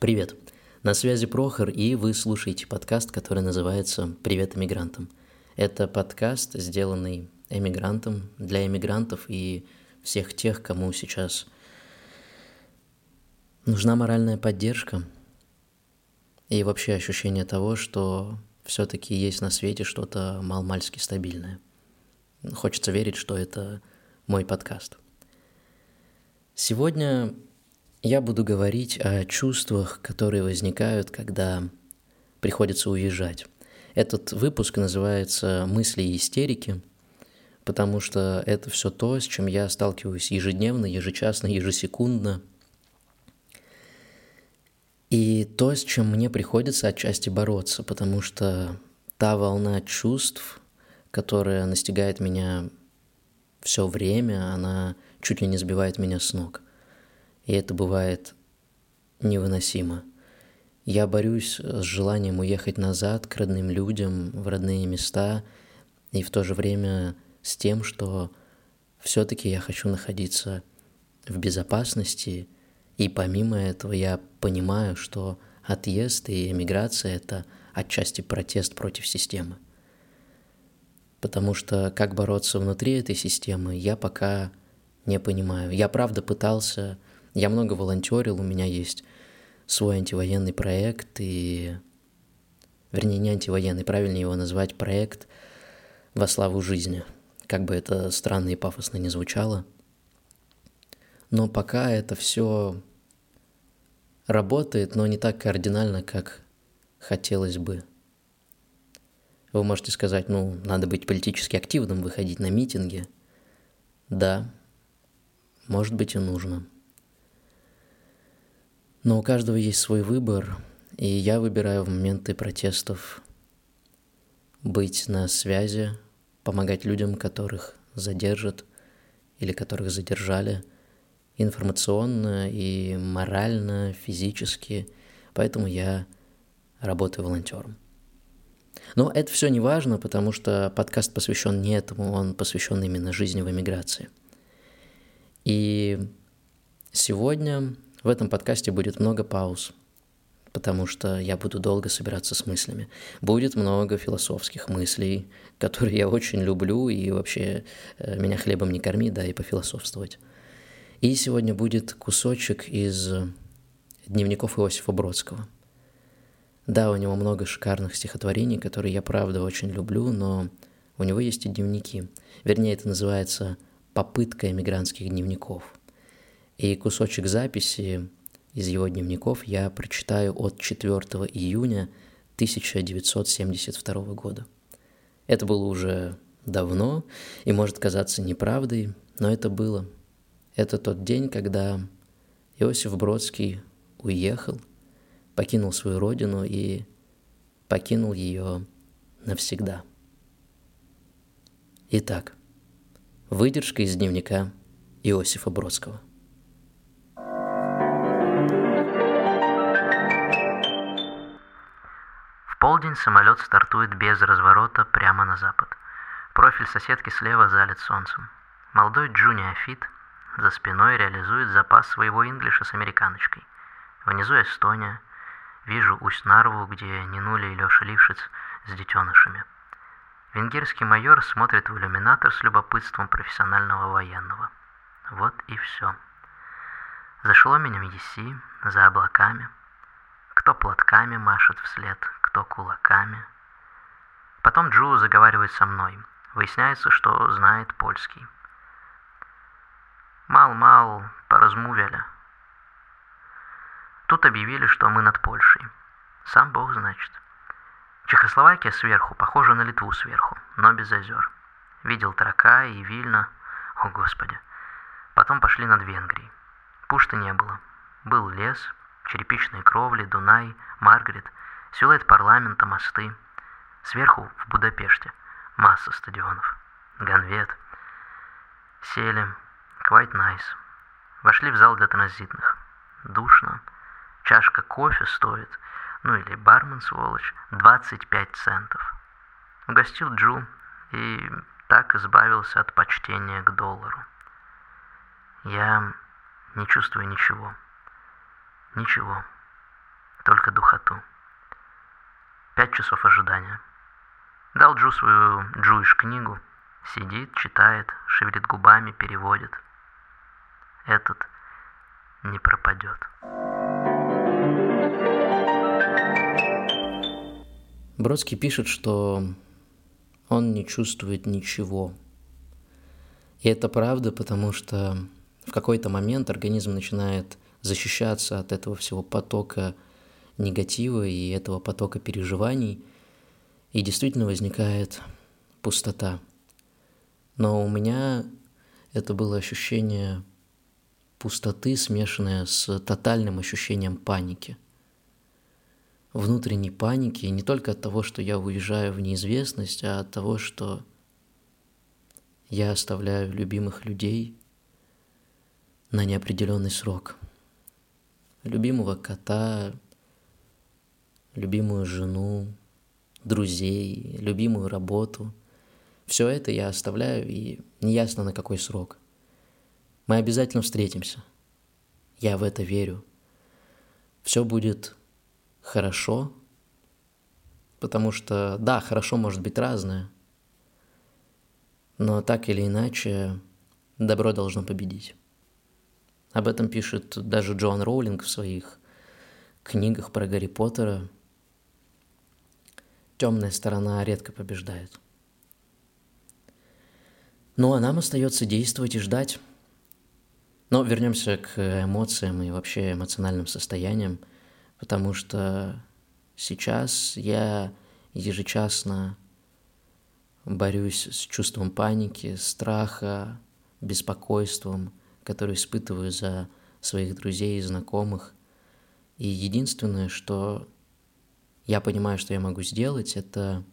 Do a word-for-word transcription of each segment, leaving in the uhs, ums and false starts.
Привет! На связи Прохор, и вы слушаете подкаст, который называется «Привет эмигрантам». Это подкаст, сделанный эмигрантом, для эмигрантов и всех тех, кому сейчас нужна моральная поддержка и вообще ощущение того, что все-таки есть на свете что-то мал-мальски стабильное. Хочется верить, что это мой подкаст. Сегодня я буду говорить о чувствах, которые возникают, когда приходится уезжать. Этот выпуск называется «Мысли и истерики», потому что это все то, с чем я сталкиваюсь ежедневно, ежечасно, ежесекундно. И то, с чем мне приходится отчасти бороться, потому что та волна чувств, которая настигает меня все время, она чуть ли не сбивает меня с ног. И это бывает невыносимо. Я борюсь с желанием уехать назад к родным людям, в родные места, и в то же время с тем, что все-таки я хочу находиться в безопасности, и помимо этого я понимаю, что отъезд и эмиграция – это отчасти протест против системы. Потому что как бороться внутри этой системы, я пока не понимаю. Я правда пытался, я много волонтерил, у меня есть свой антивоенный проект, и, вернее, не антивоенный, правильнее его назвать, проект во славу жизни, как бы это странно и пафосно не звучало. Но пока это все работает, но не так кардинально, как хотелось бы. Вы можете сказать, ну, надо быть политически активным, выходить на митинги. Да, может быть и нужно. Но у каждого есть свой выбор, и я выбираю в моменты протестов быть на связи, помогать людям, которых задержат или которых задержали, информационно и морально, физически. Поэтому я работаю волонтером. Но это все не важно, потому что подкаст посвящен не этому, он посвящен именно жизни в эмиграции. И сегодня в этом подкасте будет много пауз, потому что я буду долго собираться с мыслями. Будет много философских мыслей, которые я очень люблю, и вообще меня хлебом не корми, да, и пофилософствовать. И сегодня будет кусочек из дневников Иосифа Бродского. Да, у него много шикарных стихотворений, которые я, правда, очень люблю, но у него есть и дневники. Вернее, это называется «Попытка эмигрантских дневников». И кусочек записи из его дневников я прочитаю от четвёртого июня тысяча девятьсот семьдесят второго года. Это было уже давно и может казаться неправдой, но это было. Это тот день, когда Иосиф Бродский уехал, покинул свою родину и покинул ее навсегда. Итак, выдержка из дневника Иосифа Бродского. В полдень самолет стартует без разворота прямо на запад. Профиль соседки слева залит солнцем. Молодой Джу неофит за спиной реализует запас своего инглиша с американочкой. Внизу Эстония. Вижу Усть-Нарву, где Нинуля и Леша Лившиц с детенышами. Венгерский майор смотрит в иллюминатор с любопытством профессионального военного. Вот и все. За шеломенем Еси, за облаками. Кто платками машет вслед, кто кулаками. Потом Джу заговаривает со мной. Выясняется, что знает польский. Мал-мал поразмувяли. Тут объявили, что мы над Польшей. Сам Бог, значит. Чехословакия сверху, похожа на Литву сверху, но без озер. Видел Таракай и Вильно. О, Господи. Потом пошли над Венгрией. Пушты не было. Был лес, черепичные кровли, Дунай, Маргарет, силуэт парламента, мосты. Сверху в Будапеште масса стадионов. Ганвет. Сели. Quite nice. Вошли в зал для транзитных. Душно. Чашка кофе стоит, ну или бармен, сволочь, двадцать пять центов. Угостил Джу и так избавился от почтения к доллару. Я не чувствую ничего. Ничего. только духоту. Пять часов ожидания. Дал Джу свою Джуиш книгу. Сидит, читает, шевелит губами, переводит. Этот не пропадет. Бродский пишет, что он не чувствует ничего. И это правда, потому что в какой-то момент организм начинает защищаться от этого всего потока негатива и этого потока переживаний, и действительно возникает пустота. Но у меня это было ощущение пустоты, смешанное с тотальным ощущением паники. Внутренней паники не только от того, что я уезжаю в неизвестность, а от того, что я оставляю любимых людей на неопределенный срок. Любимого кота, любимую жену, друзей, любимую работу. Все это я оставляю, и неясно на какой срок. Мы обязательно встретимся. Я в это верю. Все будет хорошо, потому что, да, хорошо может быть разное, но так или иначе добро должно победить. Об этом пишет даже Джоан Роулинг в своих книгах про Гарри Поттера. Темная сторона редко побеждает. Ну, а нам остается действовать и ждать. Но вернемся к эмоциям и вообще эмоциональным состояниям, потому что сейчас я ежечасно борюсь с чувством паники, страха, беспокойством, которое испытываю за своих друзей и знакомых. И единственное, что я понимаю, что я могу сделать, это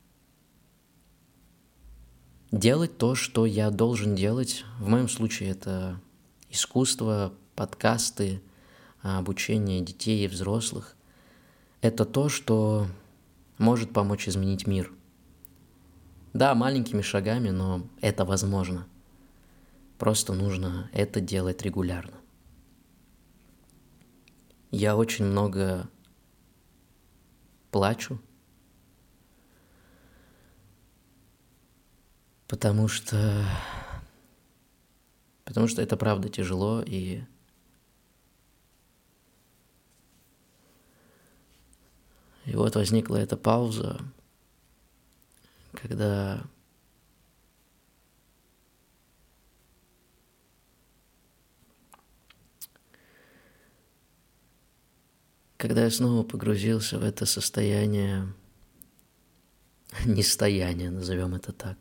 делать то, что я должен делать. В моем случае это искусство, подкасты, обучение детей и взрослых. Это то, что может помочь изменить мир. Да, маленькими шагами, но это возможно. Просто нужно это делать регулярно. Я очень много плачу, потому что, потому что это правда тяжело, и И вот возникла эта пауза, когда когда я снова погрузился в это состояние, нестояния, назовем это так.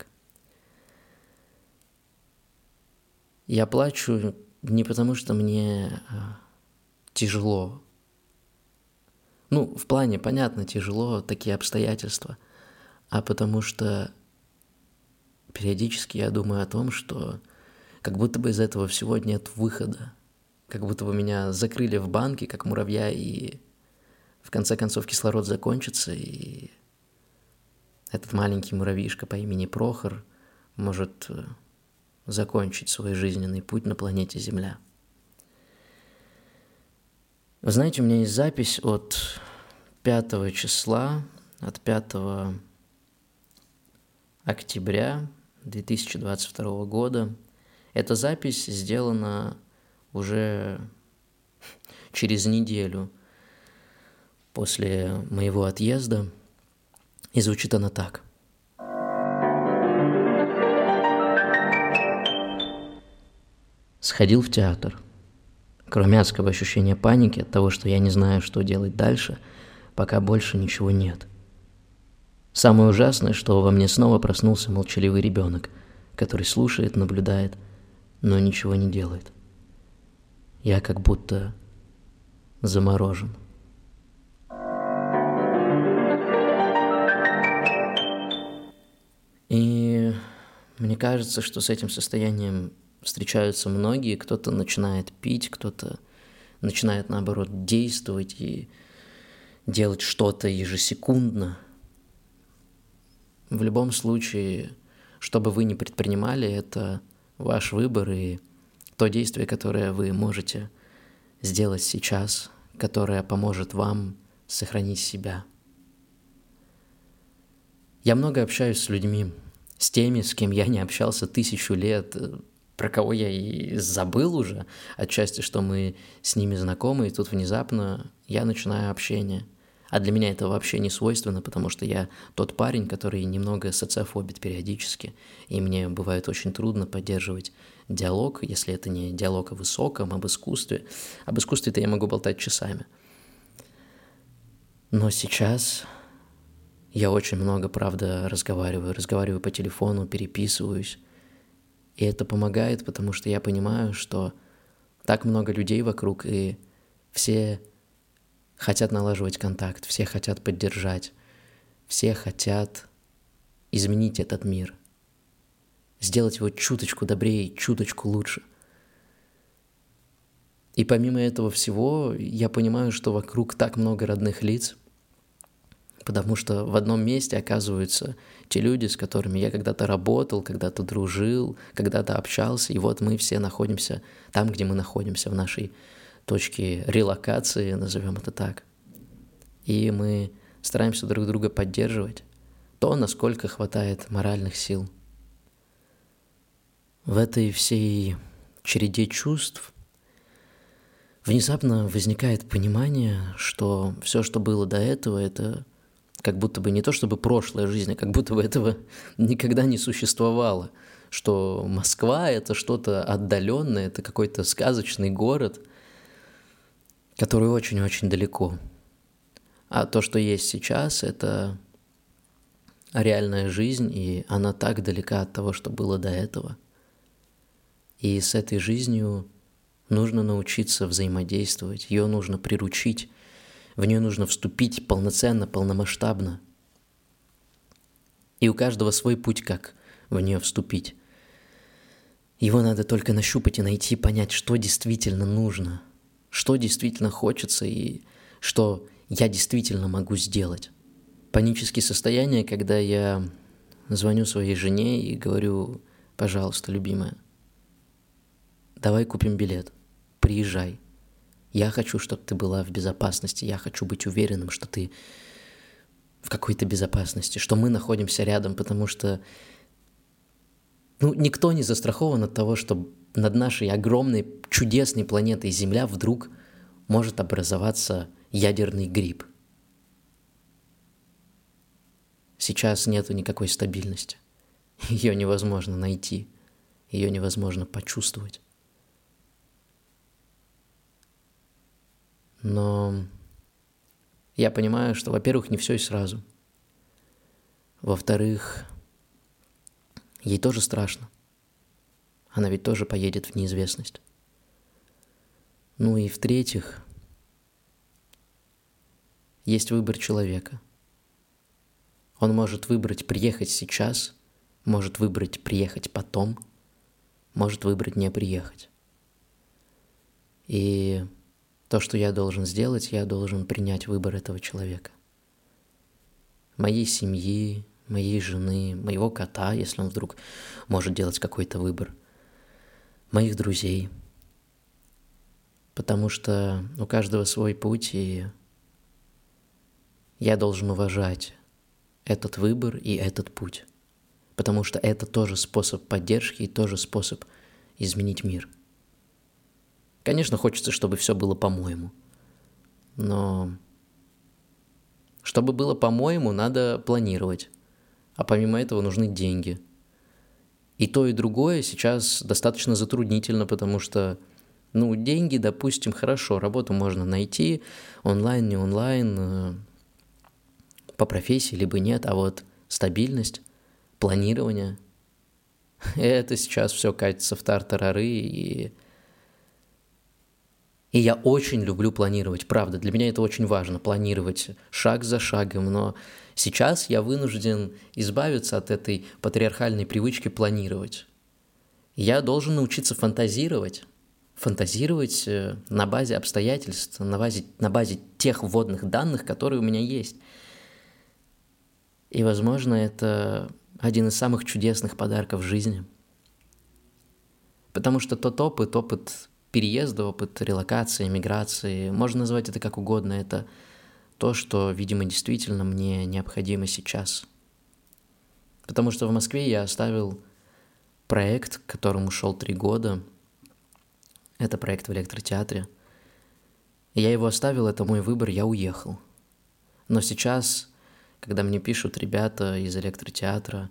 Я плачу не потому, что мне тяжело. Ну, в плане, понятно, тяжело, такие обстоятельства, а потому что периодически я думаю о том, что как будто бы из этого всего нет выхода, как будто бы меня закрыли в банке, как муравья, и в конце концов кислород закончится, и этот маленький муравьишка по имени Прохор может закончить свой жизненный путь на планете Земля. Вы знаете, у меня есть запись от пятого числа, от пятого октября две тысячи двадцать второго года. Эта запись сделана уже через неделю после моего отъезда, и звучит она так. Сходил в театр. Кроме адского ощущения паники от того, что я не знаю, что делать дальше, пока больше ничего нет. Самое ужасное, что во мне снова проснулся молчаливый ребенок, который слушает, наблюдает, но ничего не делает. Я как будто заморожен. И мне кажется, что с этим состоянием встречаются многие, кто-то начинает пить, кто-то начинает, наоборот, действовать и делать что-то ежесекундно. В любом случае, что бы вы ни предпринимали, это ваш выбор и то действие, которое вы можете сделать сейчас, которая поможет вам сохранить себя. Я много общаюсь с людьми, с теми, с кем я не общался тысячу лет, про кого я и забыл уже, отчасти, что мы с ними знакомы, и тут внезапно я начинаю общение. А для меня это вообще не свойственно, потому что я тот парень, который немного социофобит периодически, и мне бывает очень трудно поддерживать диалог, если это не диалог о высоком, об искусстве. Об искусстве-то я могу болтать часами. Но сейчас я очень много, правда, разговариваю, разговариваю по телефону, переписываюсь. И это помогает, потому что я понимаю, что так много людей вокруг, и все хотят налаживать контакт, все хотят поддержать, все хотят изменить этот мир, сделать его чуточку добрее, чуточку лучше. И помимо этого всего, я понимаю, что вокруг так много родных лиц, потому что в одном месте оказываются те люди, с которыми я когда-то работал, когда-то дружил, когда-то общался, и вот мы все находимся там, где мы находимся, в нашей точке релокации, назовем это так. И мы стараемся друг друга поддерживать, то, насколько хватает моральных сил. В этой всей череде чувств внезапно возникает понимание, что все, что было до этого, это как будто бы не то чтобы прошлая жизнь, а как будто бы этого никогда не существовало, что Москва — это что-то отдаленное, это какой-то сказочный город, который очень-очень далеко. А то, что есть сейчас, это реальная жизнь, и она так далека от того, что было до этого. И с этой жизнью нужно научиться взаимодействовать, ее нужно приручить, в нее нужно вступить полноценно, полномасштабно. И у каждого свой путь, как в нее вступить. Его надо только нащупать и найти, понять, что действительно нужно, что действительно хочется и что я действительно могу сделать. Панические состояния, когда я звоню своей жене и говорю: пожалуйста, любимая, давай купим билет, приезжай. Я хочу, чтобы ты была в безопасности, я хочу быть уверенным, что ты в какой-то безопасности, что мы находимся рядом, потому что ну, никто не застрахован от того, что над нашей огромной, чудесной планетой Земля вдруг может образоваться ядерный гриб. Сейчас нету никакой стабильности. Ее невозможно найти, ее невозможно почувствовать. Но я понимаю, что, во-первых, не все и сразу. Во-вторых, ей тоже страшно. Она ведь тоже поедет в неизвестность. Ну и в-третьих, есть выбор человека. Он может выбрать приехать сейчас, может выбрать приехать потом, может выбрать не приехать. И то, что я должен сделать, я должен принять выбор этого человека. Моей семьи, моей жены, моего кота, если он вдруг может делать какой-то выбор, моих друзей. Потому что у каждого свой путь, и я должен уважать этот выбор и этот путь. Потому что это тоже способ поддержки и тоже способ изменить мир. Конечно, хочется, чтобы все было по-моему. Но чтобы было по-моему, надо планировать. А помимо этого нужны деньги. И то, и другое сейчас достаточно затруднительно, потому что, ну, деньги, допустим, хорошо, работу можно найти, онлайн, не онлайн, по профессии, либо нет, а вот стабильность, планирование, это сейчас все катится в тартарары, и... И я очень люблю планировать, правда, для меня это очень важно, планировать шаг за шагом, но сейчас я вынужден избавиться от этой патриархальной привычки планировать. Я должен научиться фантазировать, фантазировать на базе обстоятельств, на базе, на базе тех вводных данных, которые у меня есть. И, возможно, это один из самых чудесных подарков жизни. Потому что тот опыт, опыт переезда, опыт релокации, миграции, можно назвать это как угодно, это то, что, видимо, действительно мне необходимо сейчас. Потому что в Москве я оставил проект, к которому шел три года. Это проект в электротеатре. Я его оставил, это мой выбор, я уехал. Но сейчас, когда мне пишут ребята из электротеатра,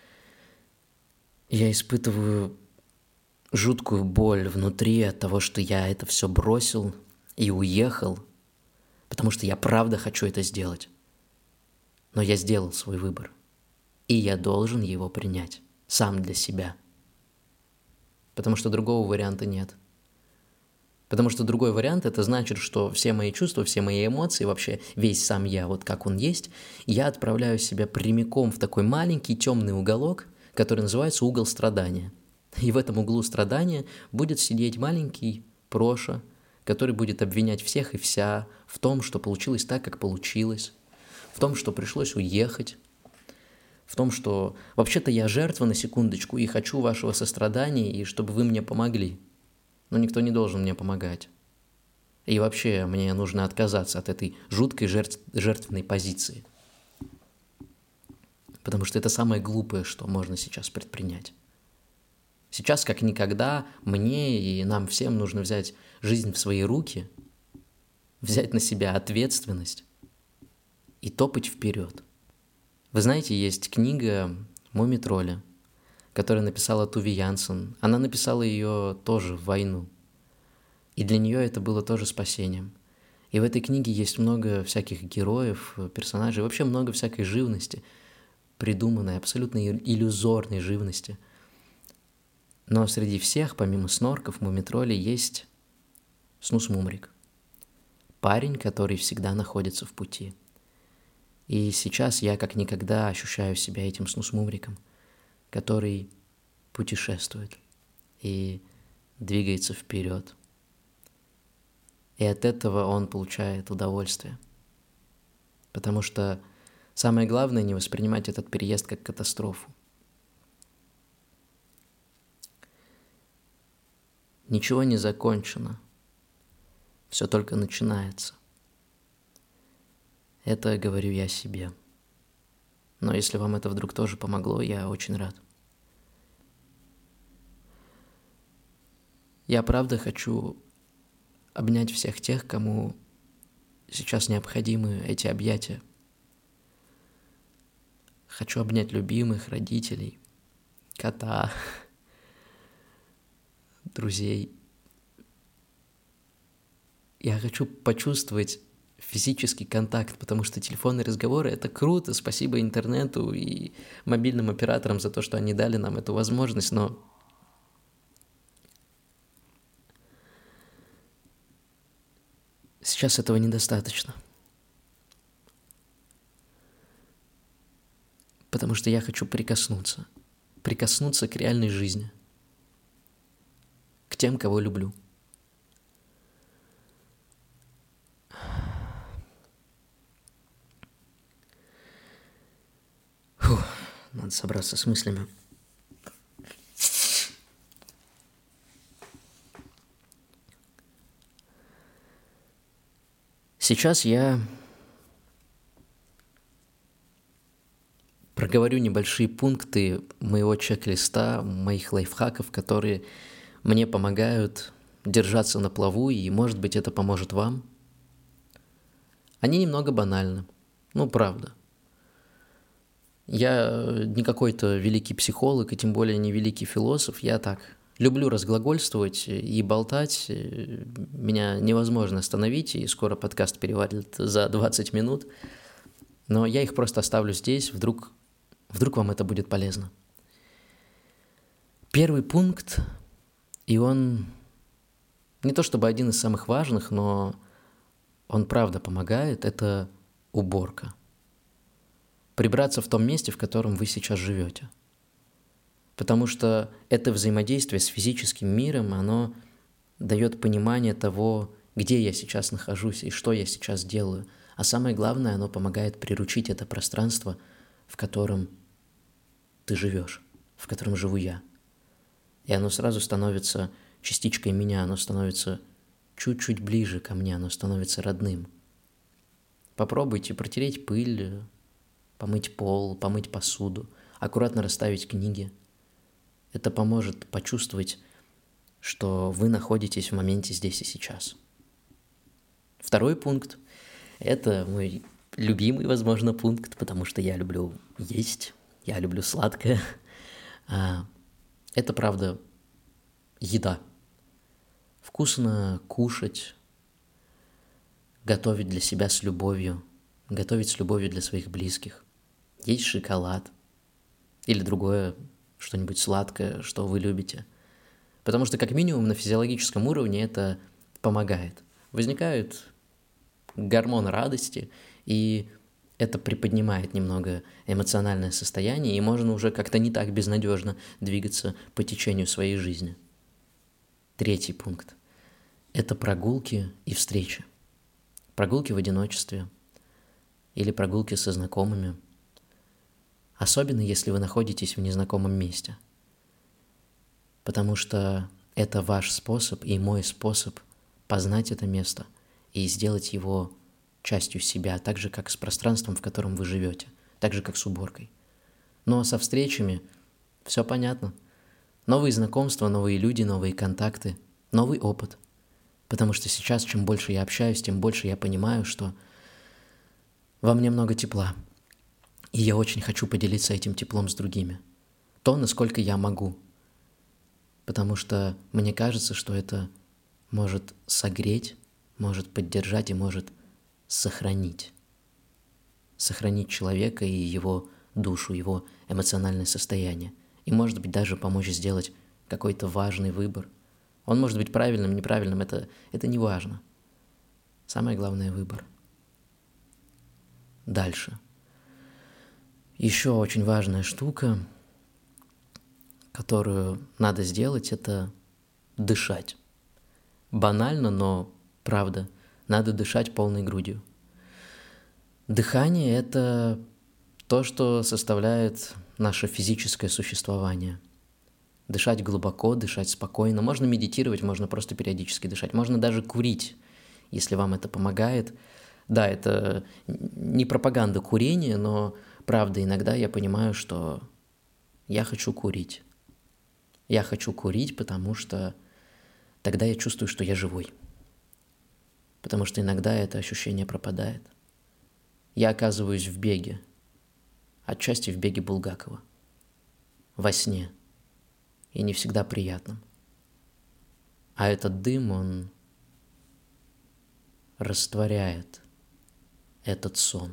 я испытываю жуткую боль внутри от того, что я это все бросил и уехал, потому что я правда хочу это сделать. Но я сделал свой выбор, и я должен его принять сам для себя. Потому что другого варианта нет. Потому что другой вариант, это значит, что все мои чувства, все мои эмоции, вообще весь сам я, вот как он есть, я отправляю себя прямиком в такой маленький темный уголок, который называется угол страдания. И в этом углу страдания будет сидеть маленький Проша, который будет обвинять всех и вся в том, что получилось так, как получилось, в том, что пришлось уехать, в том, что вообще-то я жертва на секундочку и хочу вашего сострадания, и чтобы вы мне помогли. Но никто не должен мне помогать. И вообще мне нужно отказаться от этой жуткой жертв, жертвенной позиции. Потому что это самое глупое, что можно сейчас предпринять. Сейчас, как никогда, мне и нам всем нужно взять жизнь в свои руки, взять на себя ответственность и топать вперед. Вы знаете, есть книга «Мумий-тролля», которую написала Туви Янсен. Она написала ее тоже в войну. И для нее это было тоже спасением. И в этой книге есть много всяких героев, персонажей, вообще много всякой живности, придуманной, абсолютно иллюзорной живности. Но среди всех, помимо снорков, мумий-троллей, есть Снус-Мумрик. Парень, который всегда находится в пути. И сейчас я как никогда ощущаю себя этим Снус-Мумриком, который путешествует и двигается вперед. И от этого он получает удовольствие. Потому что самое главное — не воспринимать этот переезд как катастрофу. Ничего не закончено. Все только начинается. Это говорю я себе. Но если вам это вдруг тоже помогло, я очень рад. Я правда хочу обнять всех тех, кому сейчас необходимы эти объятия. Хочу обнять любимых, родителей, кота, друзей. Я хочу почувствовать физический контакт, потому что телефонные разговоры — это круто, спасибо интернету и мобильным операторам за то, что они дали нам эту возможность, но сейчас этого недостаточно. Потому что я хочу прикоснуться, прикоснуться к реальной жизни, к тем, кого люблю. Фух, надо собраться с мыслями. Сейчас я проговорю небольшие пункты моего чек-листа, моих лайфхаков, которые мне помогают держаться на плаву, и, может быть, это поможет вам. Они немного банальны, ну, правда. Я не какой-то великий психолог, и тем более не великий философ, я так люблю разглагольствовать и болтать, меня невозможно остановить, и скоро подкаст перевалит за двадцать минут, но я их просто оставлю здесь, вдруг, вдруг вам это будет полезно. Первый пункт, и он не то чтобы один из самых важных, но он правда помогает, это уборка. Прибраться в том месте, в котором вы сейчас живете. Потому что это взаимодействие с физическим миром, оно дает понимание того, где я сейчас нахожусь и что я сейчас делаю. А самое главное, оно помогает приручить это пространство, в котором ты живешь, в котором живу я. И оно сразу становится частичкой меня, оно становится чуть-чуть ближе ко мне, оно становится родным. Попробуйте протереть пыль, помыть пол, помыть посуду, аккуратно расставить книги. Это поможет почувствовать, что вы находитесь в моменте здесь и сейчас. Второй пункт – это мой любимый, возможно, пункт, потому что я люблю есть, я люблю сладкое. Это, правда, еда. Вкусно кушать, готовить для себя с любовью, готовить с любовью для своих близких, есть шоколад или другое что-нибудь сладкое, что вы любите. Потому что, как минимум, на физиологическом уровне это помогает. Возникают гормоны радости, и это приподнимает немного эмоциональное состояние, и можно уже как-то не так безнадежно двигаться по течению своей жизни. Третий пункт – это прогулки и встречи. Прогулки в одиночестве или прогулки со знакомыми, особенно если вы находитесь в незнакомом месте. Потому что это ваш способ и мой способ познать это место и сделать его частью себя, так же, как с пространством, в котором вы живете, так же, как с уборкой. Но со встречами все понятно. Новые знакомства, новые люди, новые контакты, новый опыт. Потому что сейчас, чем больше я общаюсь, тем больше я понимаю, что во мне много тепла. И я очень хочу поделиться этим теплом с другими. То, насколько я могу. Потому что мне кажется, что это может согреть, может поддержать и может сохранить. Сохранить человека и его душу, его эмоциональное состояние. И, может быть, даже помочь сделать какой-то важный выбор. Он может быть правильным, неправильным, это, это не важно. Самое главное – выбор. Дальше. Еще очень важная штука, которую надо сделать, это дышать. Банально, но правда, надо дышать полной грудью. Дыхание – это то, что составляет наше физическое существование. Дышать глубоко, дышать спокойно. Можно медитировать, можно просто периодически дышать. Можно даже курить, если вам это помогает. Да, это не пропаганда курения, но правда, иногда я понимаю, что я хочу курить. Я хочу курить, потому что тогда я чувствую, что я живой. Потому что иногда это ощущение пропадает. Я оказываюсь в беге. Отчасти в беге Булгакова. Во сне. И не всегда приятном. А этот дым, он растворяет этот сон.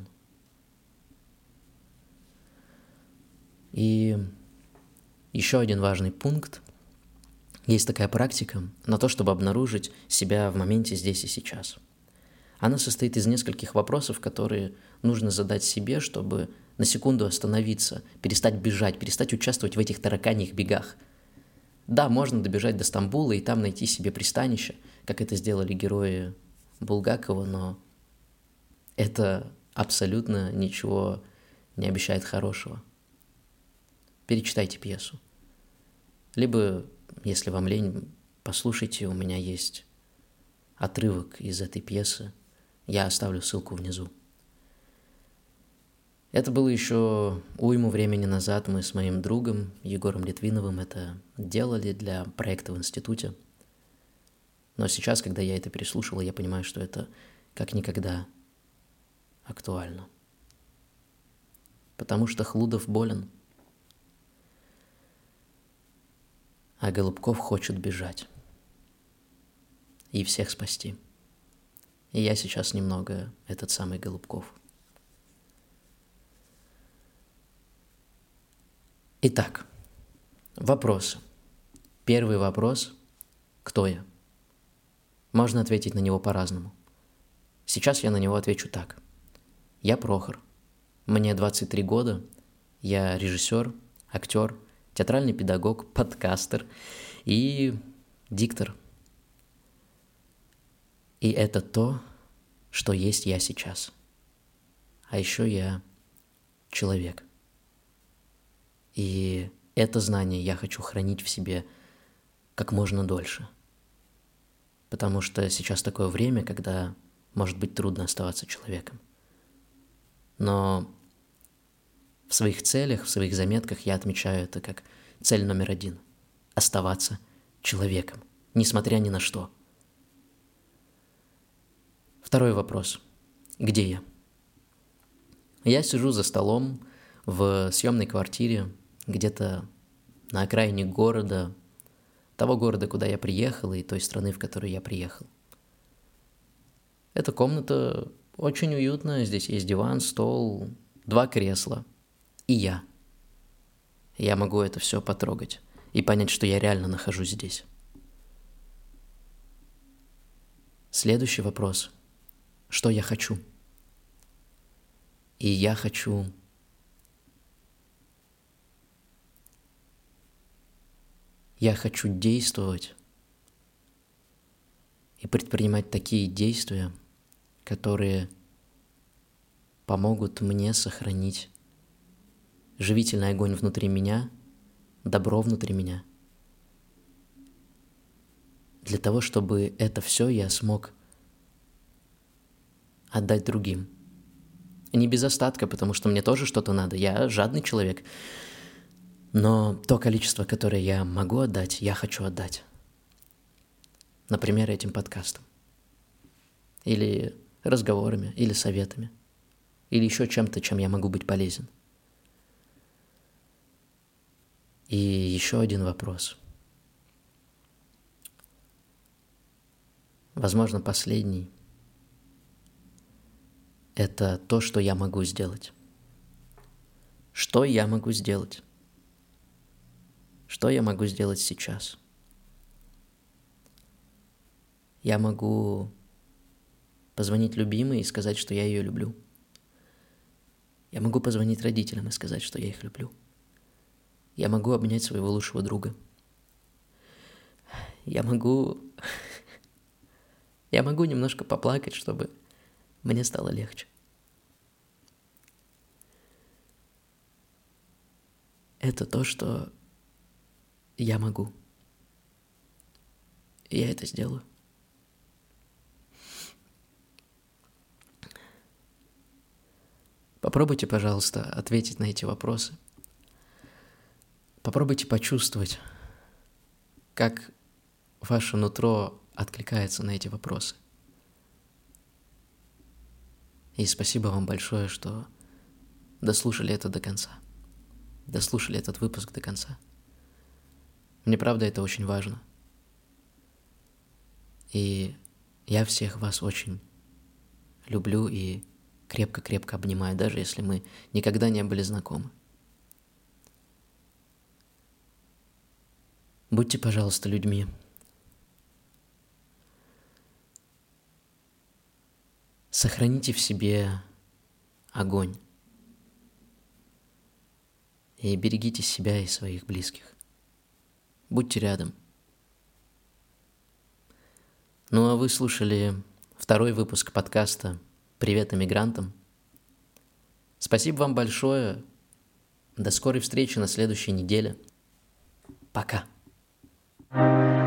И еще один важный пункт. Есть такая практика на то, чтобы обнаружить себя в моменте здесь и сейчас. Она состоит из нескольких вопросов, которые нужно задать себе, чтобы на секунду остановиться, перестать бежать, перестать участвовать в этих тараканьих бегах. Да, можно добежать до Стамбула и там найти себе пристанище, как это сделали герои Булгакова, но это абсолютно ничего не обещает хорошего. Перечитайте пьесу. Либо, если вам лень, послушайте, у меня есть отрывок из этой пьесы. Я оставлю ссылку внизу. Это было еще уйму времени назад. Мы с моим другом Егором Литвиновым это делали для проекта в институте. Но сейчас, когда я это переслушал, я понимаю, что это как никогда актуально. Потому что Хлудов болен, а Голубков хочет бежать и всех спасти. И я сейчас немного этот самый Голубков. Итак, вопросы. Первый вопрос – кто я? Можно ответить на него по-разному. Сейчас я на него отвечу так. Я Прохор. Мне двадцать три года. Я режиссер, актер, театральный педагог, подкастер и диктор. И это то, что есть я сейчас. А еще я человек. И это знание я хочу хранить в себе как можно дольше. потому что сейчас такое время, когда может быть трудно оставаться человеком. Но в своих целях, в своих заметках я отмечаю это как цель номер один – оставаться человеком, несмотря ни на что. Второй вопрос. Где я? Я сижу за столом в съемной квартире, где-то на окраине города, того города, куда я приехал, и той страны, в которую я приехал. Эта комната очень уютная, здесь есть диван, стол, два кресла и я. Я могу это все потрогать и понять, что я реально нахожусь здесь. Следующий вопрос. Что я хочу? И я хочу Я хочу действовать и предпринимать такие действия, которые помогут мне сохранить живительный огонь внутри меня, добро внутри меня, для того, чтобы это все я смог отдать другим. Не без остатка, потому что мне тоже что-то надо. Я жадный человек. Но то количество, которое я могу отдать, я хочу отдать. Например, этим подкастом. Или разговорами, или советами. Или еще чем-то, чем я могу быть полезен. И еще один вопрос. Возможно, последний. Это то, что я могу сделать. Что я могу сделать? Что я могу сделать сейчас? Я могу позвонить любимой и сказать, что я ее люблю. Я могу позвонить родителям и сказать, что я их люблю. Я могу обнять своего лучшего друга. Я могу... Я могу немножко поплакать, чтобы мне стало легче. Это то, что я могу. И я это сделаю. Попробуйте, пожалуйста, ответить на эти вопросы. Попробуйте почувствовать, как ваше нутро откликается на эти вопросы. И спасибо вам большое, что дослушали это до конца. Дослушали этот выпуск до конца. Мне правда это очень важно. И я всех вас очень люблю и крепко-крепко обнимаю, даже если мы никогда не были знакомы. Будьте, пожалуйста, людьми. Сохраните в себе огонь. И берегите себя и своих близких. Будьте рядом. Ну а вы слушали второй выпуск подкаста «Привет иммигрантам». Спасибо вам большое. До скорой встречи на следующей неделе. Пока.